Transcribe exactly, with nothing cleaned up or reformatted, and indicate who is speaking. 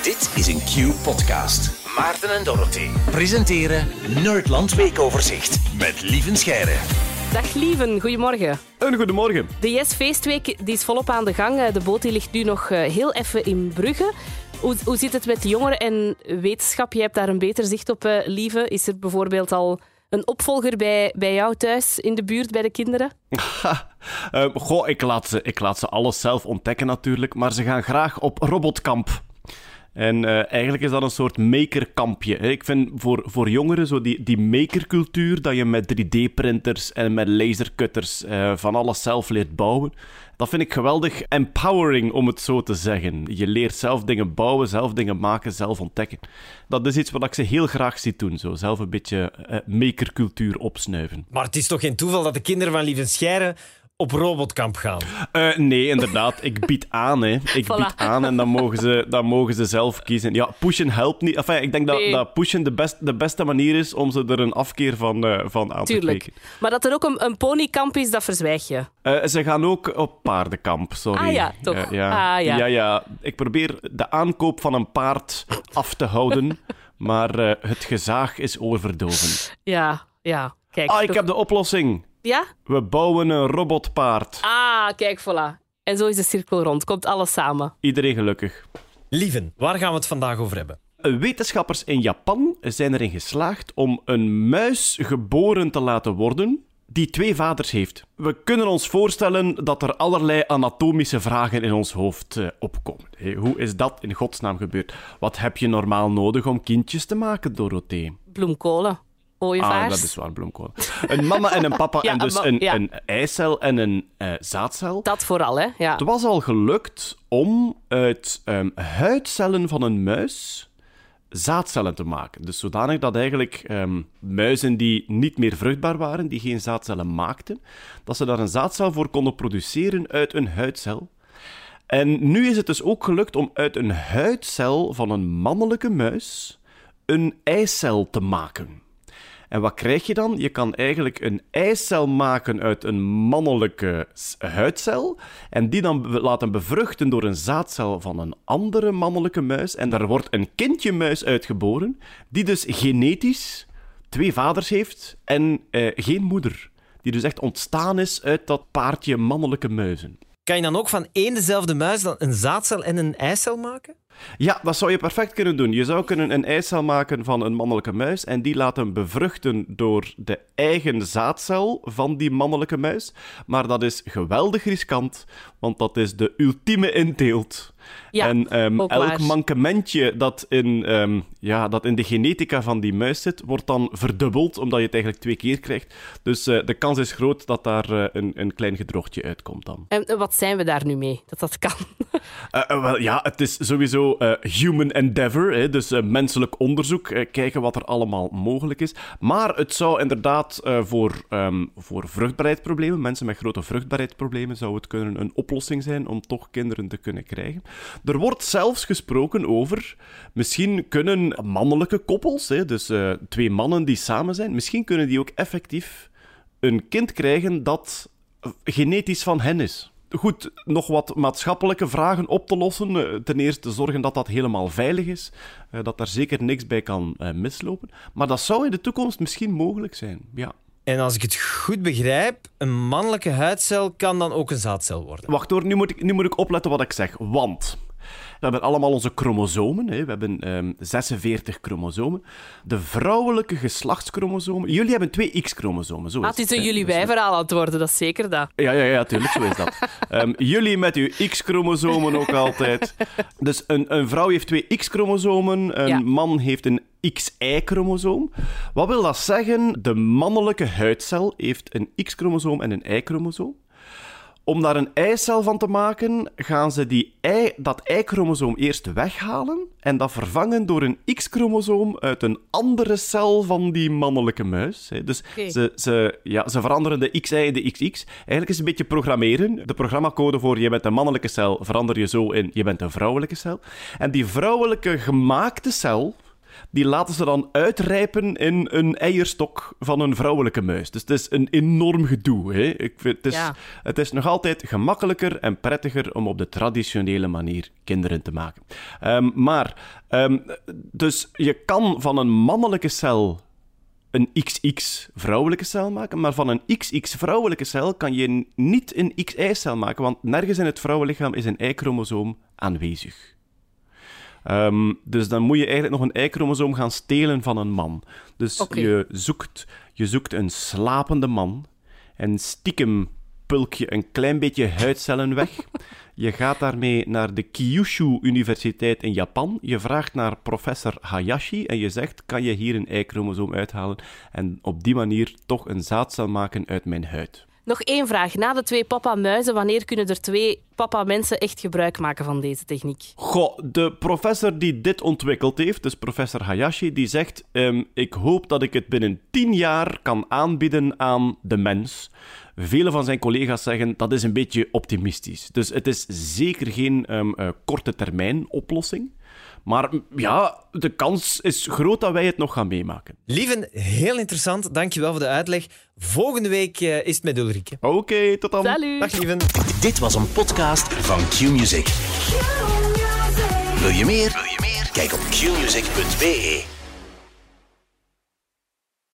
Speaker 1: Dit is een Q-podcast. Maarten en Dorothy presenteren Nerdland Weekoverzicht met Lieven Scheire.
Speaker 2: Dag Lieven, goedemorgen.
Speaker 3: Een goedemorgen.
Speaker 2: De Yes-feestweek die is volop aan de gang. De boot die ligt nu nog heel even in Brugge. Hoe, hoe zit het met jongeren en wetenschap? Je hebt daar een beter zicht op, uh, Lieve. Is er bijvoorbeeld al een opvolger bij, bij jou thuis in de buurt, bij de kinderen?
Speaker 3: uh, goh, ik laat, ze, ik laat ze alles zelf ontdekken natuurlijk, maar ze gaan graag op robotkamp. En uh, eigenlijk is dat een soort makerkampje. Hè. Ik vind voor, voor jongeren zo die, die makercultuur, dat je met drie D-printers en met lasercutters uh, van alles zelf leert bouwen, dat vind ik geweldig empowering, om het zo te zeggen. Je leert zelf dingen bouwen, zelf dingen maken, zelf ontdekken. Dat is iets wat ik ze heel graag zie doen. Zo. Zelf een beetje uh, makercultuur opsnuiven.
Speaker 4: Maar het is toch geen toeval dat de kinderen van Lieven Scheire op robotkamp gaan?
Speaker 3: Uh, nee, inderdaad. Ik bied aan, hè. Ik
Speaker 2: Voilà.
Speaker 3: bied aan en dan mogen, ze, dan mogen ze zelf kiezen. Ja, pushen helpt niet. Enfin, ik denk dat,
Speaker 2: Nee.
Speaker 3: dat pushen de, best, de beste manier is om ze er een afkeer van, uh, van aan
Speaker 2: Tuurlijk.
Speaker 3: te kweken.
Speaker 2: Maar dat er ook een, een ponykamp is, dat verzwijg je.
Speaker 3: Uh, ze gaan ook op paardenkamp, sorry.
Speaker 2: Ah ja, toch.
Speaker 3: Uh, ja.
Speaker 2: Ah, ja.
Speaker 3: ja, ja. Ik probeer de aankoop van een paard af te houden, maar uh, het gezaag is oorverdovend.
Speaker 2: Ja, ja. Kijk.
Speaker 3: Ah, ik
Speaker 2: toch-
Speaker 3: heb de oplossing.
Speaker 2: Ja?
Speaker 3: We bouwen een robotpaard.
Speaker 2: Ah, kijk, voilà. En zo is de cirkel rond. Komt alles samen.
Speaker 3: Iedereen gelukkig.
Speaker 4: Lieven, waar gaan we het vandaag over hebben?
Speaker 3: Wetenschappers in Japan zijn erin geslaagd om een muis geboren te laten worden die twee vaders heeft. We kunnen ons voorstellen dat er allerlei anatomische vragen in ons hoofd uh, opkomen. Hey, hoe is dat in godsnaam gebeurd? Wat heb je normaal nodig om kindjes te maken, Dorothee?
Speaker 2: Bloemkolen. Ooievaars.
Speaker 3: Ah, dat is waar, bloemkool. Een mama en een papa
Speaker 2: Ja,
Speaker 3: en dus
Speaker 2: ma-
Speaker 3: een,
Speaker 2: ja.
Speaker 3: een eicel en een uh, zaadcel.
Speaker 2: Dat vooral, hè. Ja.
Speaker 3: Het was al gelukt om uit um, huidcellen van een muis zaadcellen te maken. Dus zodanig dat eigenlijk um, muizen die niet meer vruchtbaar waren, die geen zaadcellen maakten, dat ze daar een zaadcel voor konden produceren uit een huidcel. En nu is het dus ook gelukt om uit een huidcel van een mannelijke muis een eicel te maken. En wat krijg je dan? Je kan eigenlijk een eicel maken uit een mannelijke huidcel en die dan laten bevruchten door een zaadcel van een andere mannelijke muis. En daar wordt een kindje muis uitgeboren, die dus genetisch twee vaders heeft en eh, geen moeder. Die dus echt ontstaan is uit dat paardje mannelijke muizen.
Speaker 4: Kan je dan ook van één dezelfde muis dan een zaadcel en een eicel maken?
Speaker 3: Ja, dat zou je perfect kunnen doen. Je zou kunnen een eicel maken van een mannelijke muis en die laten bevruchten door de eigen zaadcel van die mannelijke muis. Maar dat is geweldig riskant, want dat is de ultieme inteelt.
Speaker 2: Ja,
Speaker 3: en um,
Speaker 2: ook
Speaker 3: elk
Speaker 2: waar.
Speaker 3: mankementje dat in, um, ja, dat in de genetica van die muis zit, wordt dan verdubbeld, omdat je het eigenlijk twee keer krijgt. Dus uh, de kans is groot dat daar uh, een, een klein gedrochtje uitkomt dan.
Speaker 2: En wat zijn we daar nu mee, dat dat kan?
Speaker 3: Uh, uh, wel, ja, het is sowieso uh, human endeavor, hè, dus uh, menselijk onderzoek, uh, kijken wat er allemaal mogelijk is. Maar het zou inderdaad uh, voor, um, voor vruchtbaarheidsproblemen, mensen met grote vruchtbaarheidsproblemen, zou het kunnen een oplossing zijn om toch kinderen te kunnen krijgen. Er wordt zelfs gesproken over, misschien kunnen mannelijke koppels, hè, dus uh, twee mannen die samen zijn, misschien kunnen die ook effectief een kind krijgen dat genetisch van hen is. Goed, nog wat maatschappelijke vragen op te lossen. Ten eerste zorgen dat dat helemaal veilig is, dat daar zeker niks bij kan mislopen. Maar dat zou in de toekomst misschien mogelijk zijn, ja.
Speaker 4: En als ik het goed begrijp, een mannelijke huidcel kan dan ook een zaadcel worden.
Speaker 3: Wacht hoor, nu moet ik, nu moet ik opletten wat ik zeg, want we hebben allemaal onze chromosomen. Hè. We hebben um, zesenveertig chromosomen. De vrouwelijke geslachtschromosomen... Jullie hebben twee X-chromosomen, zo is
Speaker 2: Ah, het is een
Speaker 3: hè.
Speaker 2: jullie
Speaker 3: Dus-
Speaker 2: wij-verhaal aan het worden, dat is zeker dat.
Speaker 3: Ja, ja, ja, tuurlijk, zo is dat. Um, jullie met uw X-chromosomen ook altijd. Dus een, een vrouw heeft twee X-chromosomen, een
Speaker 2: Ja.
Speaker 3: man heeft een X Y-chromosoom. Wat wil dat zeggen? De mannelijke huidcel heeft een X-chromosoom en een Y-chromosoom. Om daar een eicel van te maken, gaan ze die ei, dat Y-chromosoom eerst weghalen en dat vervangen door een X-chromosoom uit een andere cel van die mannelijke muis. Dus
Speaker 2: Oké.
Speaker 3: ze, ze, ja, ze veranderen de X Y en de X X. Eigenlijk is het een beetje programmeren. De programmacode voor je bent een mannelijke cel verander je zo in je bent een vrouwelijke cel. En die vrouwelijke gemaakte cel, die laten ze dan uitrijpen in een eierstok van een vrouwelijke muis. Dus het is een enorm gedoe. Hè? Ik vind, het, is,
Speaker 2: Ja.
Speaker 3: het is nog altijd gemakkelijker en prettiger om op de traditionele manier kinderen te maken. Um, maar, um, dus je kan van een mannelijke cel een X X vrouwelijke cel maken, maar van een X X vrouwelijke cel kan je niet een X Y-cel maken, want nergens in het vrouwenlichaam is een Y-chromosoom aanwezig. Um, dus dan moet je eigenlijk nog een Y-chromosoom gaan stelen van een man. Dus
Speaker 2: Okay.
Speaker 3: je, zoekt, je zoekt een slapende man en stiekem pulk je een klein beetje huidcellen weg. Je gaat daarmee naar de Kyushu Universiteit in Japan. Je vraagt naar professor Hayashi en je zegt, kan je hier een Y-chromosoom uithalen en op die manier toch een zaadcel maken uit mijn huid?
Speaker 2: Nog één vraag. Na de twee papa-muizen, wanneer kunnen er twee papa-mensen echt gebruik maken van deze techniek?
Speaker 3: Goh, de professor die dit ontwikkeld heeft, dus professor Hayashi, die zegt, um, ik hoop dat ik het binnen tien jaar kan aanbieden aan de mens. Vele van zijn collega's zeggen, dat is een beetje optimistisch. Dus het is zeker geen um, uh, korte termijn oplossing. Maar ja, de kans is groot dat wij het nog gaan meemaken.
Speaker 4: Lieven, heel interessant. Dankjewel voor de uitleg. Volgende week uh, is het met Ulrike.
Speaker 3: Oké, okay, tot dan.
Speaker 2: Salut.
Speaker 4: Dag Lieven.
Speaker 1: Dit was een podcast van Q-Music. Wil je meer? Wil je meer? Kijk op q music punt b e.